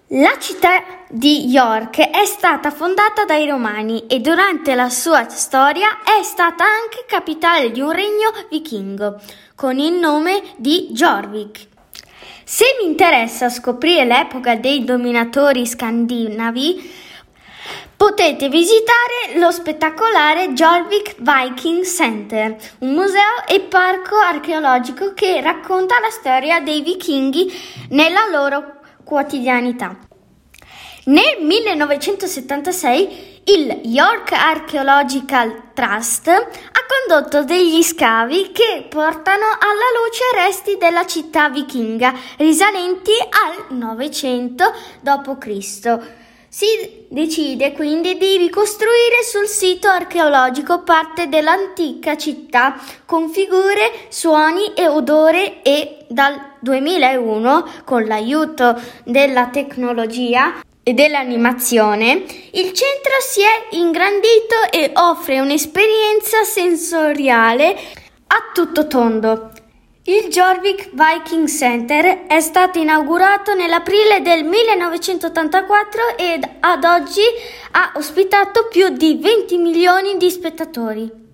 La città di York è stata fondata dai Romani e durante la sua storia è stata anche capitale di un regno vichingo con il nome di Jorvik. Se vi interessa scoprire l'epoca dei dominatori scandinavi, potete visitare lo spettacolare Jorvik Viking Center, un museo e parco archeologico che racconta la storia dei vichinghi nella loro quotidianità. Nel 1976 il York Archaeological Trust ha condotto degli scavi che portano alla luce resti della città vichinga risalenti al 900 d.C. Si decide quindi di ricostruire sul sito archeologico parte dell'antica città con figure, suoni e odore e dal 2001, con l'aiuto della tecnologia e dell'animazione, il centro si è ingrandito e offre un'esperienza sensoriale a tutto tondo. Il Jorvik Viking Center è stato inaugurato nell'aprile del 1984 ed ad oggi ha ospitato più di 20 milioni di spettatori.